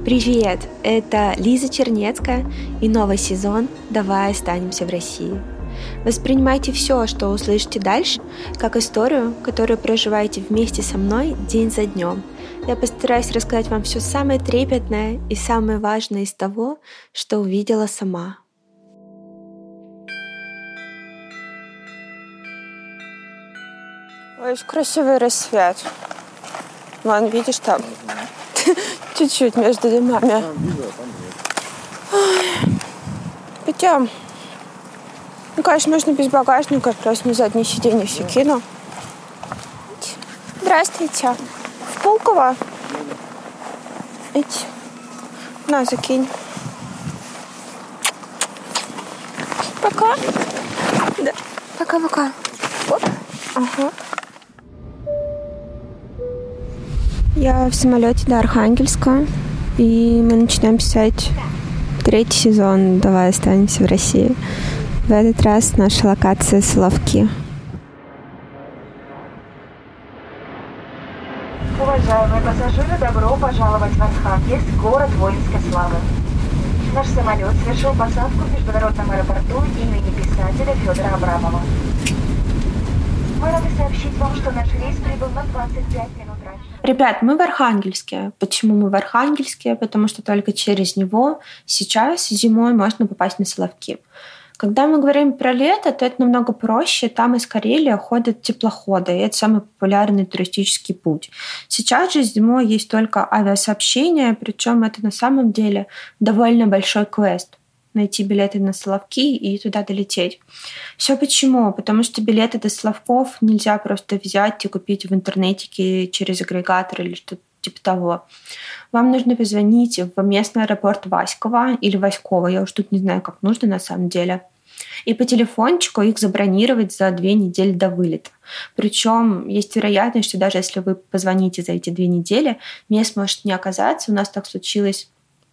Привет! Это Лиза Чернецкая и новый сезон «Давай останемся в России». Воспринимайте все, что услышите дальше, как историю, которую проживаете вместе со мной день за днем. Я постараюсь рассказать вам все самое трепетное и самое важное из того, что увидела сама. Ой, красивый рассвет. Вон, видишь, там чуть-чуть между домами. Пойдем. Ну, конечно, можно без багажника, просто на заднее сиденье все кину. Здравствуйте. В Пулково? Идите. На, закинь. Пока. Да. Пока-пока. Оп. Ага. Я в самолете до Архангельска, и мы начинаем писать 3-й сезон «Давай останемся в России». В этот раз наша локация — Соловки. Уважаемые пассажиры, добро пожаловать в Архангельск, город воинской славы. Наш самолет совершил посадку в международном аэропорту имени писателя Федора Абрамова. Мы рады сообщить вам, что наш рейс прибыл на 25 минут раньше. Ребят, мы в Архангельске. Почему мы в Архангельске? Потому что только через него сейчас зимой можно попасть на Соловки. Когда мы говорим про лето, то это намного проще. Там из Карелии ходят теплоходы, и это самый популярный туристический путь. Сейчас же зимой есть только авиасообщение, причем это на самом деле довольно большой квест. Найти билеты на Соловки и туда долететь. Все почему? Потому что билеты до Соловков нельзя просто взять и купить в интернете через агрегатор или что-то типа того. Вам нужно позвонить в местный аэропорт Васьково или Васьково, я уж тут не знаю, как нужно на самом деле, и по телефончику их забронировать за 2 недели до вылета. Причем есть вероятность, что даже если вы позвоните за эти 2 недели, мест может не оказаться. У нас так случилось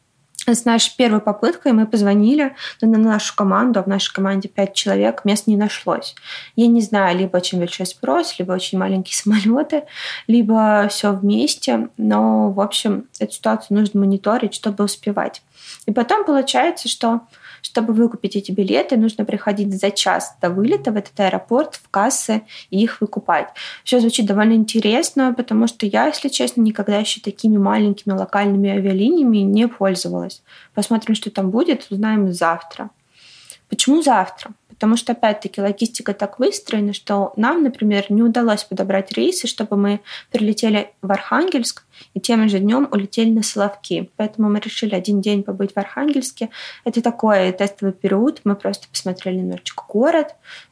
с нашей первой попыткой. Мы позвонили на нашу команду, а в нашей команде 5 человек, мест не нашлось. Я не знаю, либо очень большой спрос, либо очень маленькие самолеты, либо все вместе. Но, в общем, эту ситуацию нужно мониторить, чтобы успевать. И потом получается, что чтобы выкупить эти билеты, нужно приходить за час до вылета в этот аэропорт, в кассы, и их выкупать. Все звучит довольно интересно, потому что я, если честно, никогда еще такими маленькими локальными авиалиниями не пользовалась. Посмотрим, что там будет, узнаем завтра. Почему завтра? Потому что, опять-таки, логистика так выстроена, что нам, например, не удалось подобрать рейсы, чтобы мы прилетели в Архангельск и тем же днем улетели на Соловки. Поэтому мы решили 1 день побыть в Архангельске. Это такой тестовый период. Мы просто посмотрели немножечко город,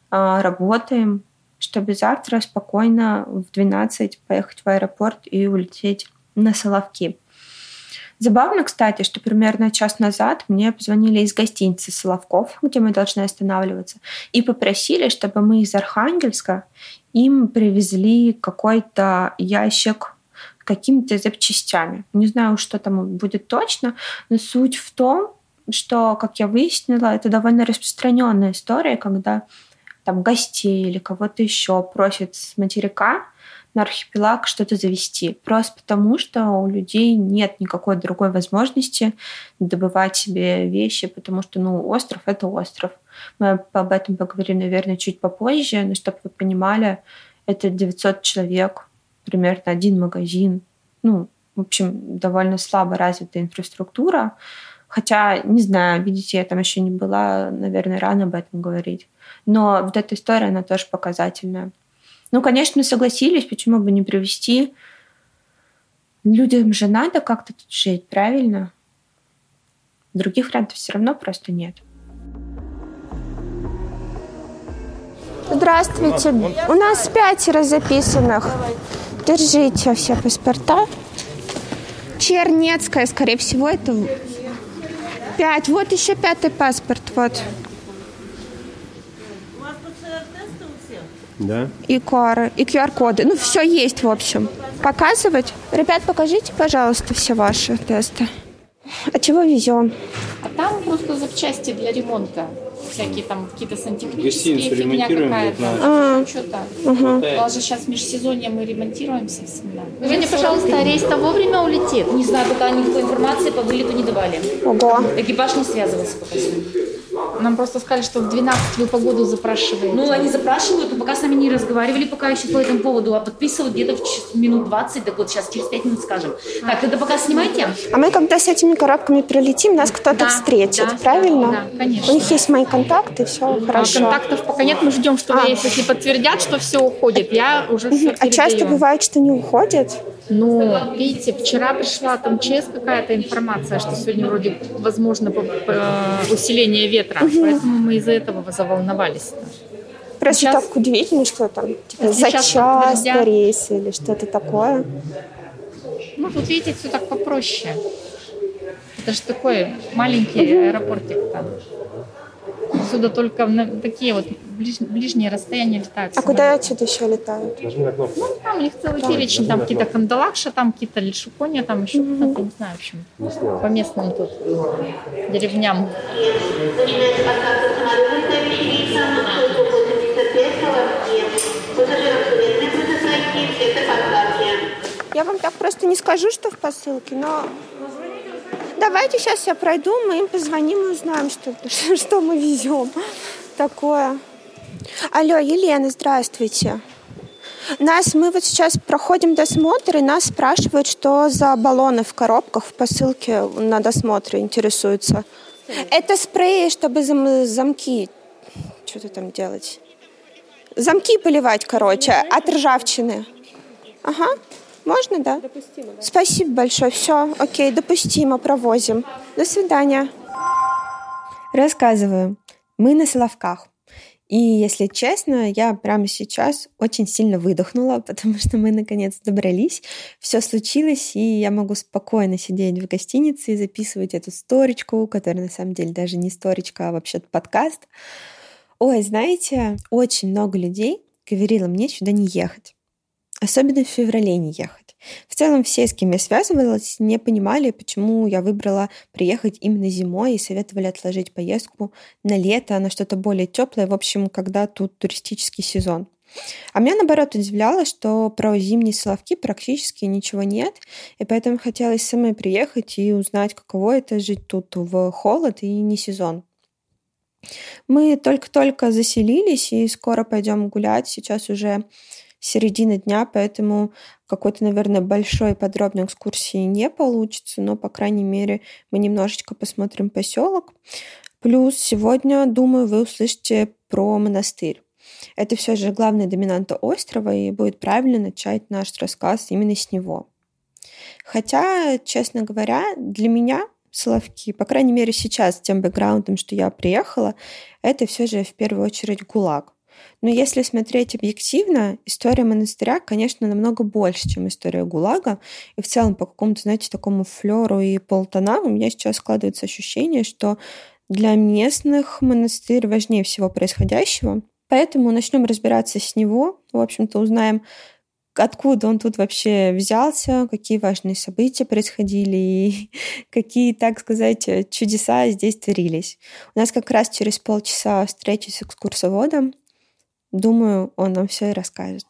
работаем, чтобы завтра спокойно в 12 поехать в аэропорт и улететь на Соловки. Забавно, кстати, что примерно час назад мне позвонили из гостиницы Соловков, где мы должны останавливаться, и попросили, чтобы мы из Архангельска им привезли какой-то ящик с какими-то запчастями. Не знаю, что там будет точно, но суть в том, что, как я выяснила, это довольно распространенная история, когда там гостей или кого-то еще просят с материка на архипелаг что-то завести. Просто потому, что у людей нет никакой другой возможности добывать себе вещи, потому что, остров — это остров. Мы об этом поговорим, наверное, чуть попозже, но чтобы вы понимали, это 900 человек, примерно 1 магазин. В общем, довольно слабо развитая инфраструктура. Хотя, не знаю, видите, я там еще не была, наверное, рано об этом говорить. Но вот эта история, она тоже показательная. Конечно, мы согласились, почему бы не привезти. Людям же надо как-то тут жить, правильно? Других вариантов все равно просто нет. Здравствуйте. У нас 5 записанных. Держите все паспорта. Чернецкая, скорее всего, это 5. Вот еще 5-й паспорт, вот. Да. И QR-коды. Все есть, в общем. Показывать? Ребят, покажите, пожалуйста, все ваши тесты. А чего везем? А там просто запчасти для ремонта. всякие там какие-то сантехнические, гостиницу фигня какая-то. Что-то. Даже сейчас в межсезонье мы ремонтируемся всегда. Скажите, пожалуйста, рейс-то вовремя улетит? Не знаю, пока никакой информации по вылету не давали. Ого. Экипаж не связывался пока с ним. Нам просто сказали, что в 12 вы погоду запрашиваете. Ну, они запрашивают, но пока с нами не разговаривали, пока еще по этому поводу, а подписывают где-то в минут 20, так вот сейчас через 5 минут скажем. Так, тогда пока снимайте. А мы когда с этими коробками прилетим, нас кто-то встретит, правильно? Да, конечно. У них есть мои контакты, все хорошо. Контактов пока нет, мы ждем, что если подтвердят, что все уходит, я уже все передаю. А часто бывает, что не уходит? Ну, видите, вчера пришла от МЧС какая-то информация, что сегодня вроде возможно усиление ветра, поэтому мы из-за этого заволновались. Просто сейчас, так удивительно, что там типа, за час до рейса или что-то такое. Ну, тут, видите, все так попроще. Это же такой маленький аэропортик там. Отсюда только такие вот ближние расстояния летают. А куда отсюда еще летают? Ну, там у них целый перечень. Там какие-то Кандалакша, там какие-то Лишукония, там еще кто-то, не знаю, в общем, по местным тут деревням. Я вам так просто не скажу, что в посылке, но давайте сейчас я пройду, мы им позвоним и узнаем, что мы везем такое. Алло, Елена, здравствуйте. Мы вот сейчас проходим досмотр, и нас спрашивают, что за баллоны в коробках в посылке на досмотре интересуются. Это спреи, чтобы замки что-то там делать. Замки поливать, короче, от ржавчины. Ага. Можно, да? Допустимо, да. Спасибо большое. Все, окей, допустимо, провозим. До свидания. Рассказываю. Мы на Соловках. И, если честно, я прямо сейчас очень сильно выдохнула, потому что мы, наконец, добрались. Все случилось, и я могу спокойно сидеть в гостинице и записывать эту сторичку, которая, на самом деле, даже не сторичка, а вообще-то подкаст. Ой, знаете, очень много людей говорило мне сюда не ехать. Особенно в феврале не ехать. В целом все, с кем я связывалась, не понимали, почему я выбрала приехать именно зимой и советовали отложить поездку на лето, на что-то более теплое, в общем, когда тут туристический сезон. А меня, наоборот, удивляло, что про зимние Соловки практически ничего нет, и поэтому хотелось самой приехать и узнать, каково это жить тут в холод и не сезон. Мы только-только заселились и скоро пойдем гулять, сейчас уже середина дня, поэтому какой-то, наверное, большой подробной экскурсии не получится, но, по крайней мере, мы немножечко посмотрим поселок. Плюс сегодня, думаю, вы услышите про монастырь. Это все же главная доминанта острова, и будет правильно начать наш рассказ именно с него. Хотя, честно говоря, для меня Соловки, по крайней мере сейчас, с тем бэкграундом, что я приехала, это все же в первую очередь ГУЛАГ. Но если смотреть объективно, история монастыря, конечно, намного больше, чем история ГУЛАГа. И в целом по какому-то, знаете, такому флеру и полтонам у меня сейчас складывается ощущение, что для местных монастырь важнее всего происходящего. Поэтому начнем разбираться с него. В общем-то, узнаем, откуда он тут вообще взялся, какие важные события происходили и какие, так сказать, чудеса здесь творились. У нас как раз через полчаса встреча с экскурсоводом. Думаю, он нам все и расскажет.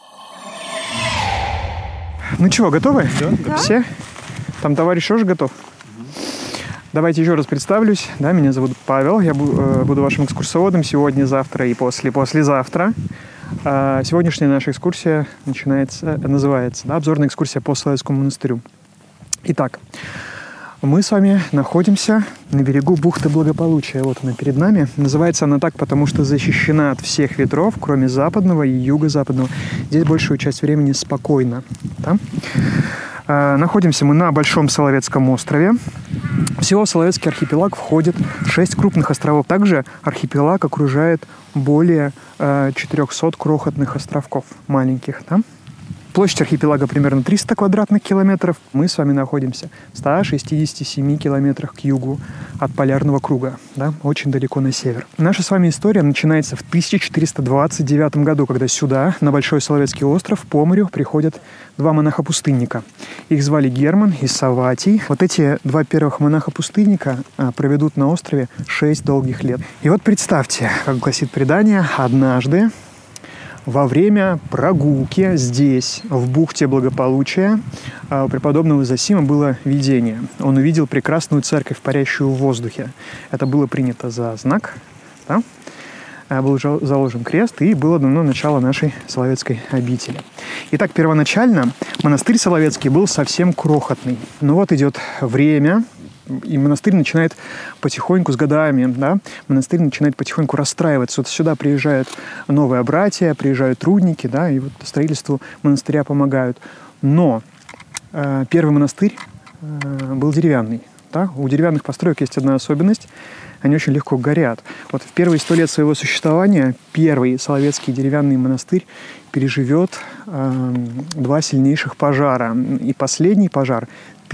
Ну чего, готовы? Да. Все? Там товарищ тоже готов? Давайте еще раз представлюсь. Да, меня зовут Павел. Я буду вашим экскурсоводом сегодня, завтра и послезавтра. Сегодняшняя наша экскурсия называется «Обзорная экскурсия по Соловецкому монастырю». Итак, мы с вами находимся на берегу бухты Благополучия. Вот она перед нами. Называется она так, потому что защищена от всех ветров, кроме западного и юго-западного. Здесь большую часть времени спокойно. Да? Находимся мы на Большом Соловецком острове. Всего в Соловецкий архипелаг входит 6 крупных островов. Также архипелаг окружает более 400 крохотных островков маленьких. Да? Площадь архипелага примерно 300 квадратных километров. Мы с вами находимся в 167 километрах к югу от полярного круга, да, очень далеко на север. Наша с вами история начинается в 1429 году, когда сюда, на Большой Соловецкий остров, по морю приходят два монаха-пустынника. Их звали Герман и Савватий. Вот эти два первых монаха-пустынника проведут на острове 6 долгих лет. И вот представьте, как гласит предание, однажды во время прогулки здесь, в бухте Благополучия, у преподобного Зосима было видение. Он увидел прекрасную церковь, парящую в воздухе. Это было принято за знак, да? Был заложен крест, и было дано начало нашей Соловецкой обители. Итак, первоначально монастырь Соловецкий был совсем крохотный. Но вот идет время, и монастырь начинает потихоньку с годами, да, монастырь начинает потихоньку расстраиваться. Вот сюда приезжают новые братья, приезжают трудники, да, и вот строительству монастыря помогают. Но первый монастырь был деревянный. Да? У деревянных построек есть одна особенность. Они очень легко горят. Вот в первые 100 лет своего существования первый Соловецкий деревянный монастырь переживет 2 сильнейших пожара. И последний пожар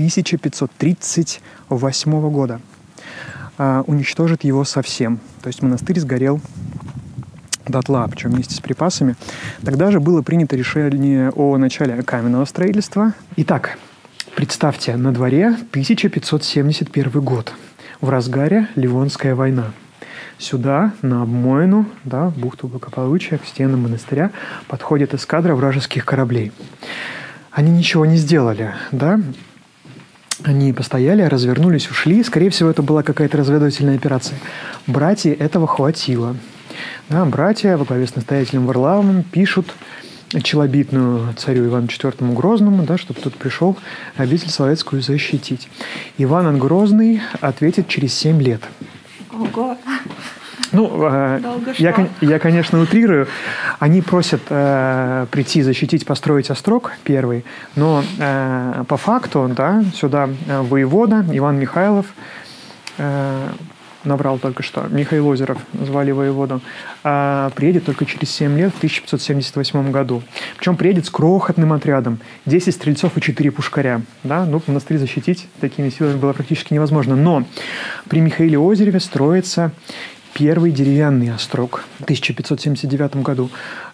1538 года уничтожит его совсем. То есть монастырь сгорел дотла, причем вместе с припасами. Тогда же было принято решение о начале каменного строительства. Итак, представьте, на дворе 1571 год. В разгаре Ливонская война. Сюда, на обмоину, да, в бухту Благополучия, к стенам монастыря, подходит эскадра вражеских кораблей. Они ничего не сделали, да? Они постояли, развернулись, ушли. Скорее всего, это была какая-то разведывательная операция. Братья этого хватило. Да, братья во главе с настоятелем Варлаамом пишут челобитную царю Ивану IV Грозному, да, чтобы тот пришел обитель Соловецкую защитить. Иван Грозный ответит через 7 лет. Ого! Ну, я, конечно, утрирую. Они просят прийти, защитить, построить острог первый, но по факту, да, сюда воевода Иван Михайлов, набрал только что, Михаил Озеров, звали воеводу, приедет только через 7 лет, в 1578 году. Причем приедет с крохотным отрядом. 10 стрельцов и 4 пушкаря. Да? Ну, монастырь защитить такими силами было практически невозможно. Но при Михаиле Озереве строится первый деревянный острог в 1579 году,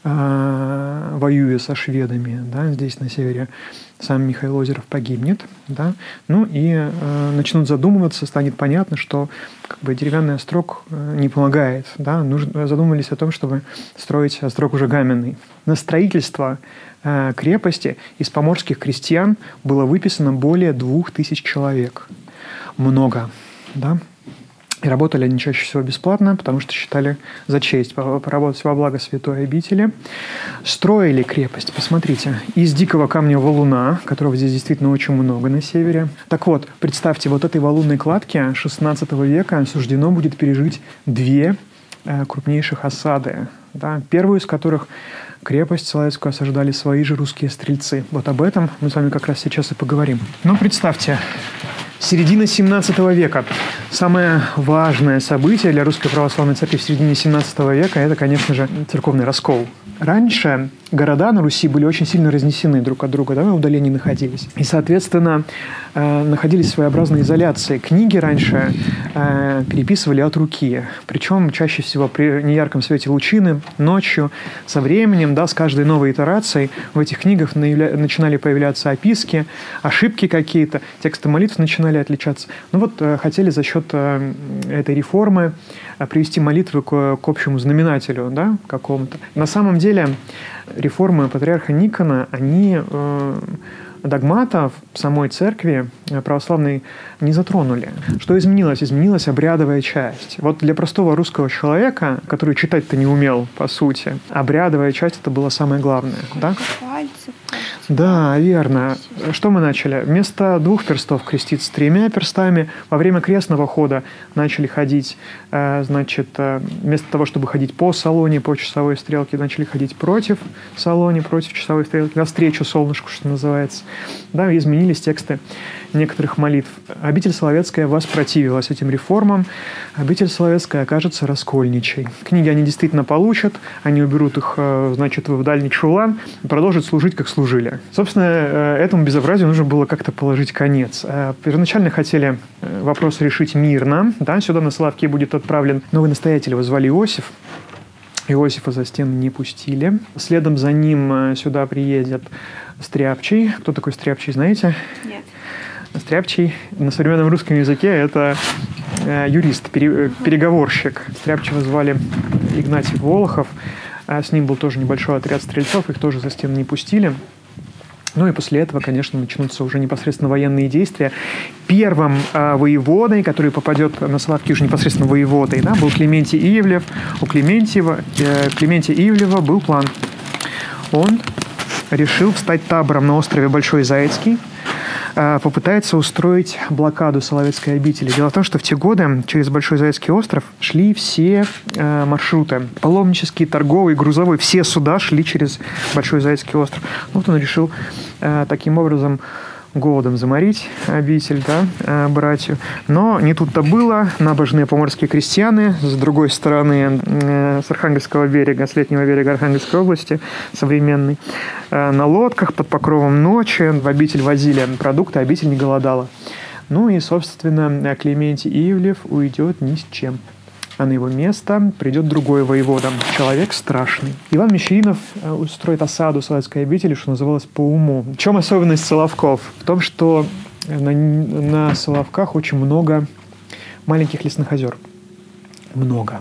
воюя со шведами, да, здесь на севере. Сам Михаил Озеров погибнет, да, ну и начнут задумываться, станет понятно, что как бы деревянный острог не помогает, да, задумались о том, чтобы строить острог уже каменный. На строительство крепости из поморских крестьян было выписано более 2000 человек. Много, да. И работали они чаще всего бесплатно, потому что считали за честь поработать во благо святой обители. Строили крепость, посмотрите, из дикого камня валуна, которого здесь действительно очень много на севере. Так вот, представьте, вот этой валунной кладке XVI века суждено будет пережить 2 крупнейших осады. Да, первую из которых крепость Соловецкую осаждали свои же русские стрельцы. Вот об этом мы с вами как раз сейчас и поговорим. Но представьте, середина 17 века. Самое важное событие для Русской Православной Церкви в середине 17 века – это, конечно же, церковный раскол. Раньше города на Руси были очень сильно разнесены друг от друга, да, на удалении находились. И, соответственно, находились в своеобразной изоляции. Книги раньше переписывали от руки. Причем чаще всего при неярком свете лучины, ночью. Со временем, да, с каждой новой итерацией в этих книгах начинали появляться описки, ошибки какие-то, тексты молитв начинали отличаться. Ну вот хотели за счет этой реформы привести молитвы к общему знаменателю, да, какому-то. На самом деле реформы патриарха Никона, они догматов самой церкви православной не затронули. Что изменилось? Изменилась обрядовая часть. Вот для простого русского человека, который читать-то не умел, по сути, обрядовая часть – это было самое главное. Да? Да, верно. Что мы начали? Вместо 2 перстов креститься 3 перстами. Во время крестного хода начали ходить, значит, вместо того, чтобы ходить по салоне, по часовой стрелке, начали ходить против салоне, против часовой стрелки, навстречу солнышку, что называется. Да, изменились тексты некоторых молитв. Обитель Соловецкая воспротивилась этим реформам. Обитель Соловецкая окажется раскольничей. Книги они действительно получат, они уберут их, значит, в дальний чулан и продолжат служить, как служили. Собственно, этому безобразию нужно было как-то положить конец. Первоначально хотели вопрос решить мирно. Да, сюда на Соловки будет отправлен новый настоятель, его звали Иосиф. Иосифа за стены не пустили. Следом за ним сюда приедет Стряпчий. Кто такой Стряпчий, знаете? Нет. Стряпчий на современном русском языке – это юрист, переговорщик. Стряпчего звали Игнатий Волохов. С ним был тоже небольшой отряд стрельцов, их тоже за стены не пустили. Ну и после этого, конечно, начнутся уже непосредственно военные действия. Первым воеводой, который попадет на Соловки уже непосредственно воеводой, да, был Клементий Ивлев. У Клементия Ивлева был план. Он решил встать табором на острове Большой Зайцкий, попытается устроить блокаду Соловецкой обители. Дело в том, что в те годы через Большой Зайцкий остров шли все маршруты. Паломнические, торговые, грузовые. Все суда шли через Большой Зайцкий остров. Вот он решил таким образом голодом заморить обитель, да, братью. Но не тут-то было. Набожные поморские крестьяны с другой стороны, с Архангельского берега, с летнего берега Архангельской области, современной, на лодках под покровом ночи в обитель возили продукты, обитель не голодала. Ну и, собственно, Клементий Ивлев уйдет ни с чем. А на его место придет другой воевода, человек страшный. Иван Мещеринов устроит осаду Соловецкой обители, что называлось, по уму. В чем особенность Соловков? В том, что на Соловках очень много маленьких лесных озер. Много.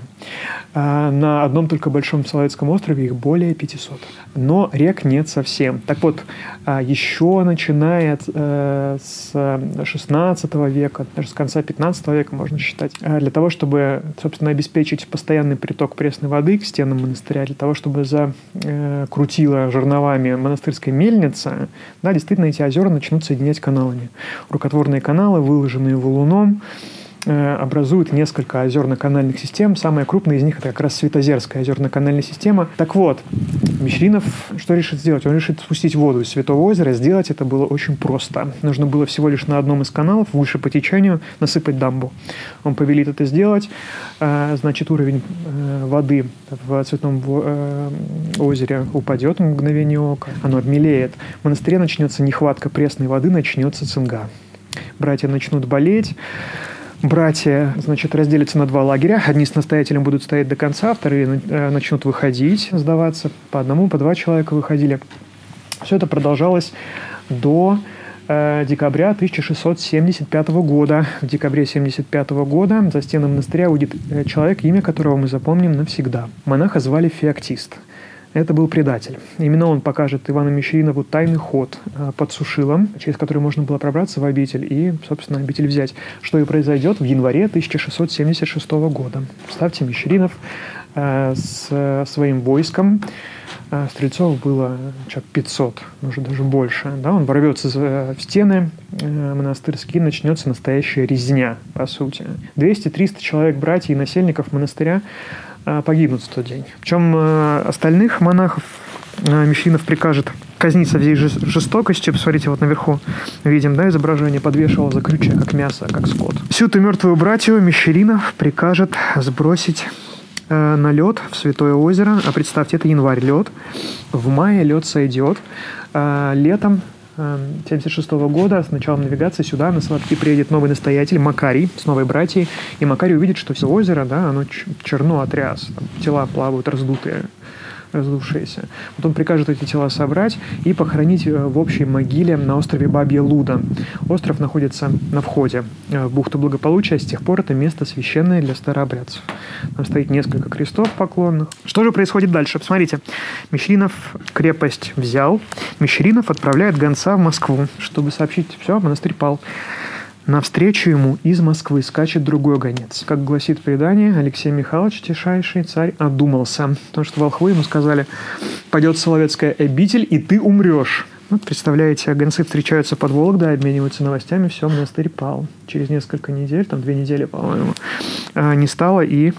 На одном только большом Соловецком острове их более 500. Но рек нет совсем. Так вот, еще начиная с 16 века, даже с конца 15 века, можно считать, для того, чтобы, собственно, обеспечить постоянный приток пресной воды к стенам монастыря, для того, чтобы закрутила жерновами монастырская мельница, да, действительно, эти озера начнут соединять каналами. Рукотворные каналы, выложенные валуном, образуют несколько озерно-канальных систем. Самая крупная из них – это как раз Святозерская озерно-канальная система. Так вот, Мещеринов что решит сделать? Он решит спустить воду из Святого озера. Сделать это было очень просто. Нужно было всего лишь на одном из каналов, выше по течению, насыпать дамбу. Он повелит это сделать. Значит, уровень воды в Цветном озере упадет в мгновение ока. Оно обмелеет. В монастыре начнется нехватка пресной воды, начнется цинга. Братья начнут болеть. Братья, значит, разделятся на два лагеря. Одни с настоятелем будут стоять до конца, вторые начнут выходить, сдаваться. По одному, по два человека выходили. Все это продолжалось до декабря 1675 года. В декабре 1975 года за стены монастыря уйдет человек, имя которого мы запомним навсегда. Монаха звали Феоктист. Это был предатель. Именно он покажет Ивану Мещеринову тайный ход под Сушилом, через который можно было пробраться в обитель и, собственно, обитель взять. Что и произойдет в январе 1676 года. Представьте, Мещеринов с своим войском, стрельцов было человек 500, может даже больше. Да? Он ворвется в стены монастырские, начнется настоящая резня, по сути. 200-300 человек, братьев и насельников монастыря погибнут в тот день. Причем остальных монахов Мещеринов прикажет казнить со всей жестокостью. Посмотрите, вот наверху видим, да, изображение, подвешивал за крючья, как мясо, как скот. Всю эту мертвую братью Мещеринов прикажет сбросить на лед в Святое озеро. А представьте, это январь лед. В мае лед сойдет. Летом 1976 года с началом навигации сюда на Соловки приедет новый настоятель Макарий с новой братьей. И Макарий увидит, что все озеро, да, оно черно от ряс. Там тела плавают раздутые, раздувшиеся. Вот он прикажет эти тела собрать и похоронить в общей могиле на острове Бабья Луда. Остров находится на входе в бухту Благополучия. С тех пор это место священное для старообрядцев. Там стоит несколько крестов поклонных. Что же происходит дальше? Посмотрите. Мещеринов крепость взял. Мещеринов отправляет гонца в Москву, чтобы сообщить: все, монастырь пал. Навстречу ему из Москвы скачет другой гонец. Как гласит предание, Алексей Михайлович, тишайший царь, одумался. Потому что волхвы ему сказали: пойдет Соловецкая обитель, и ты умрешь. Вот, представляете, гонцы встречаются под Вологдой, обмениваются новостями, все, монастырь пал. Через несколько недель, там 2 недели, по-моему, не стало и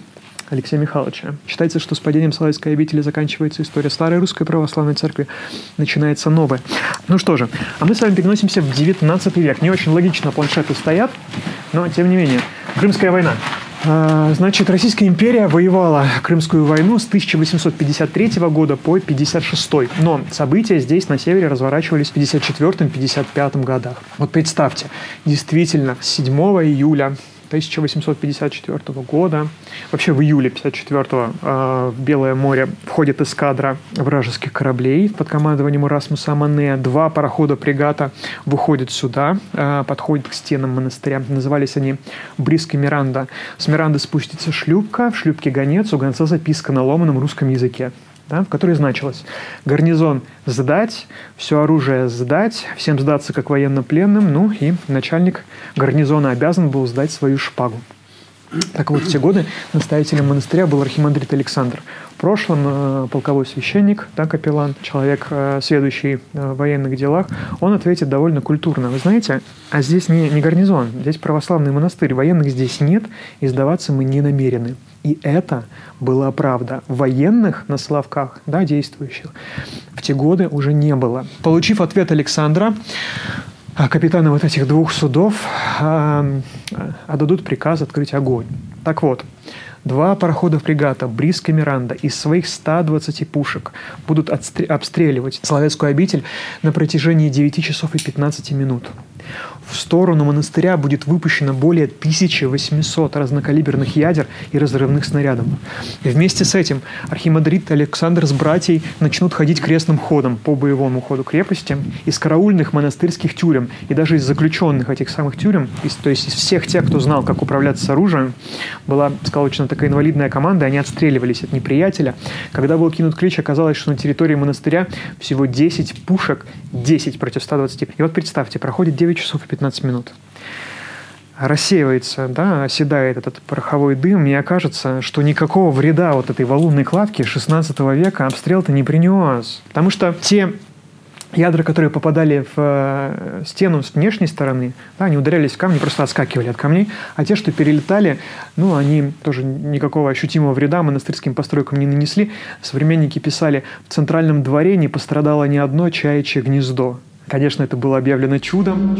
Алексея Михайловича. Считается, что с падением Соловецкой обители заканчивается история старой русской православной церкви, начинается новая. Ну что же, а мы с вами переносимся в 19 век. Не очень логично планшеты стоят, но тем не менее. Крымская война. Значит, Российская империя воевала Крымскую войну с 1853 года по 1856. Но события здесь, на севере, разворачивались в 1854-1855 годах. Вот представьте, действительно, 7 июля 1854 года, вообще в июле 1854 в Белое море входит эскадра вражеских кораблей под командованием Эрасмуса Амане. 2 парохода фрегата выходят сюда, подходят к стенам монастыря. Назывались они Бриск и Миранда. С Миранды спустится шлюпка, в шлюпке гонец, у гонца записка на ломаном русском языке, да, в которой значилось: гарнизон сдать, все оружие сдать, всем сдаться как военнопленным, ну и начальник гарнизона обязан был сдать свою шпагу. Так вот, в те годы настоятелем монастыря был архимандрит Александр. В прошлом полковой священник, да, капеллан, человек, сведущий в военных делах, он ответит довольно культурно. Вы знаете, а здесь не гарнизон, здесь православный монастырь, военных здесь нет, и сдаваться мы не намерены. И это была правда. Военных на Соловках, да, действующих, в те годы уже не было. Получив ответ Александра, капитаны вот этих 2 судов отдадут приказ открыть огонь. Так вот, 2 парохода фрегата «Бриск» и «Миранда» из своих 120 пушек будут обстреливать Соловецкую обитель на протяжении 9 часов и 15 минут. В сторону монастыря будет выпущено более 1800 разнокалиберных ядер и разрывных снарядов. И вместе с этим архимандрит Александр с братьей начнут ходить крестным ходом по боевому ходу крепости. Из караульных монастырских тюрем и даже из заключенных этих самых тюрем, то есть из всех тех, кто знал, как управляться с оружием, была сколочена такая инвалидная команда, они отстреливались от неприятеля. Когда был кинут клич, оказалось, что на территории монастыря всего 10 пушек, 10 против 120. И вот представьте, проходит 9 часов и 15 минут. Рассеивается, да, оседает этот пороховой дым. Мне кажется, что никакого вреда вот этой валунной кладки 16 века обстрел-то не принес. Потому что те ядра, которые попадали в стену с внешней стороны, да, они ударялись в камни, просто отскакивали от камней, а те, что перелетали, ну, они тоже никакого ощутимого вреда монастырским постройкам не нанесли. Современники писали: в центральном дворе не пострадало ни одно чаячье гнездо. Конечно, это было объявлено чудом.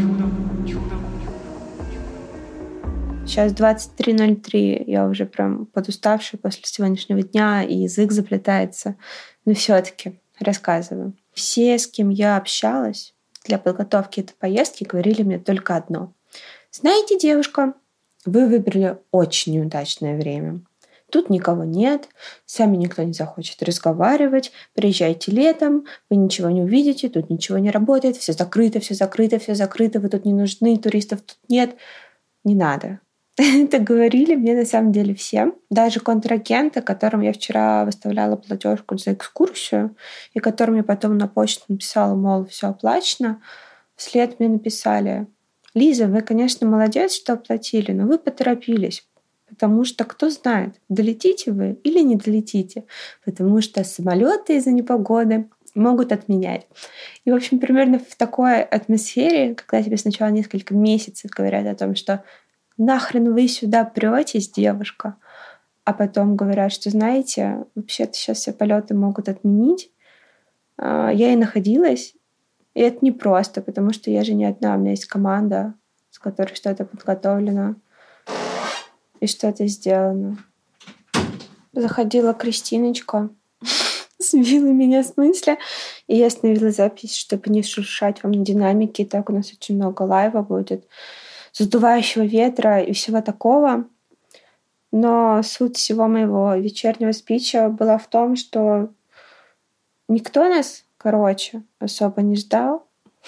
Сейчас 23:03, я уже прям подуставшая после сегодняшнего дня, и язык заплетается. Но все-таки рассказываю. Все, с кем я общалась для подготовки этой поездки, говорили мне только одно. Знаете, девушка, вы выбрали очень неудачное время. Тут никого нет, с вами никто не захочет разговаривать, приезжайте летом, вы ничего не увидите, тут ничего не работает, все закрыто, вы тут не нужны, туристов тут нет. Не надо. Это говорили мне на самом деле всем. Даже контрагенты, которым я вчера выставляла платежку за экскурсию, и которым я потом на почту написала, мол, все оплачено, вслед мне написали: Лиза, вы, конечно, молодец, что оплатили, но вы поторопились. Потому что кто знает, долетите вы или не долетите. Потому что самолеты из-за непогоды могут отменять. И, в общем, примерно в такой атмосфере, когда тебе сначала несколько месяцев говорят о том, что нахрен вы сюда претесь, девушка, а потом говорят, что, знаете, вообще-то сейчас все полеты могут отменить. Я и находилась. И это непросто, потому что я же не одна. У меня есть команда, с которой что-то подготовлено и что-то сделано. Заходила Кристиночка, сбила меня с мысли, и я остановила запись, чтобы не шуршать вам на динамике. И так у нас очень много лайва будет, задувающего ветра и всего такого. Но суть всего моего вечернего спича была в том, что никто нас, особо не ждал.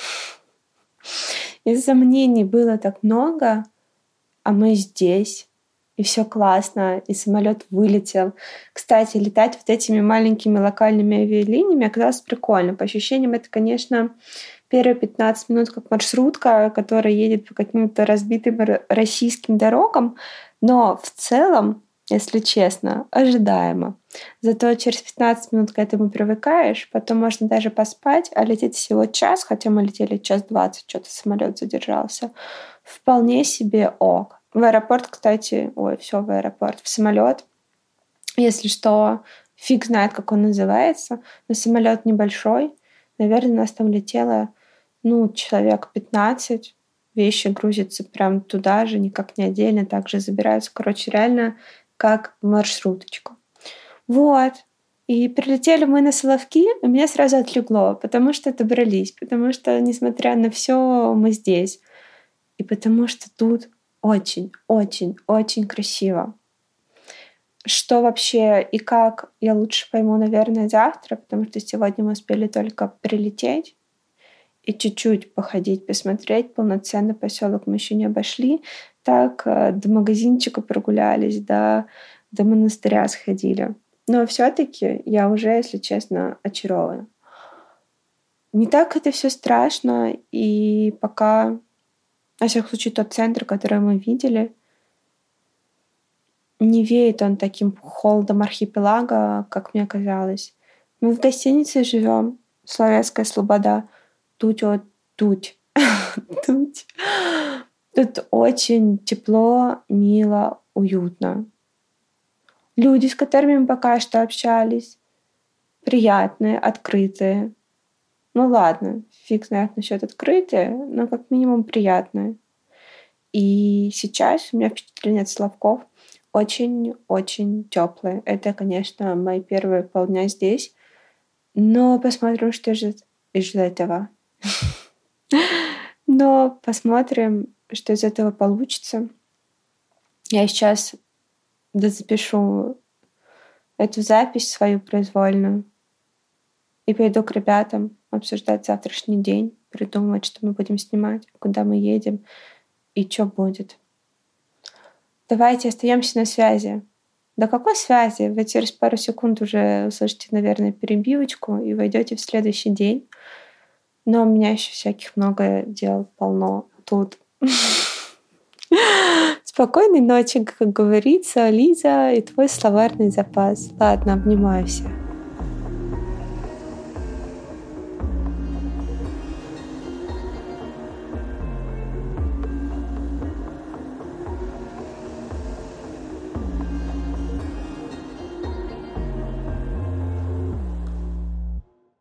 И сомнений было так много, а мы здесь. И все классно, и самолет вылетел. Кстати, летать вот этими маленькими локальными авиалиниями оказалось прикольно. По ощущениям, это, конечно, первые 15 минут как маршрутка, которая едет по каким-то разбитым российским дорогам, но в целом, если честно, ожидаемо. Зато через 15 минут к этому привыкаешь, потом можно даже поспать, а лететь всего час, хотя мы летели 1:20, что-то самолет задержался. Вполне себе ок. В аэропорт, кстати, в аэропорт, в самолет Если что, фиг знает, как он называется, но самолет небольшой. Наверное, нас там летело, человек 15. Вещи грузятся прям туда же, никак не отдельно, также забираются. Короче, реально как маршруточку. Вот. И прилетели мы на Соловки, и меня сразу отлегло, потому что добрались, потому что, несмотря на все, мы здесь. И потому что тут очень, очень, очень красиво. Что вообще и как, я лучше пойму, наверное, завтра, потому что сегодня мы успели только прилететь и чуть-чуть походить, посмотреть. Полноценный поселок мы еще не обошли. Так до магазинчика прогулялись, до монастыря сходили. Но все-таки я уже, если честно, очарована. Не так это все страшно, и пока, во всяком случае, тот центр, который мы видели, не веет он таким холодом архипелага, как мне казалось. Мы в гостинице живем, Словецкая Слобода. Тут. Тут очень тепло, мило, уютно. Люди, с которыми мы пока что общались, приятные, открытые. Ладно, фиг знает насчет открытые, но как минимум приятные. И сейчас у меня впечатление от Соловков очень-очень теплые. Это, конечно, мои первые полдня здесь, но посмотрим, что же из этого. Но посмотрим, что из этого получится. Я сейчас дозапишу эту запись свою произвольную и пойду к ребятам обсуждать завтрашний день, придумывать, что мы будем снимать, куда мы едем и что будет. Давайте остаемся на связи. Да какой связи? Вы через пару секунд уже услышите, наверное, перебивочку и войдете в следующий день. Но у меня еще всяких много дел полно тут. Спокойной ночи, как говорится, Лиза, и твой словарный запас. Ладно, обнимаю всех.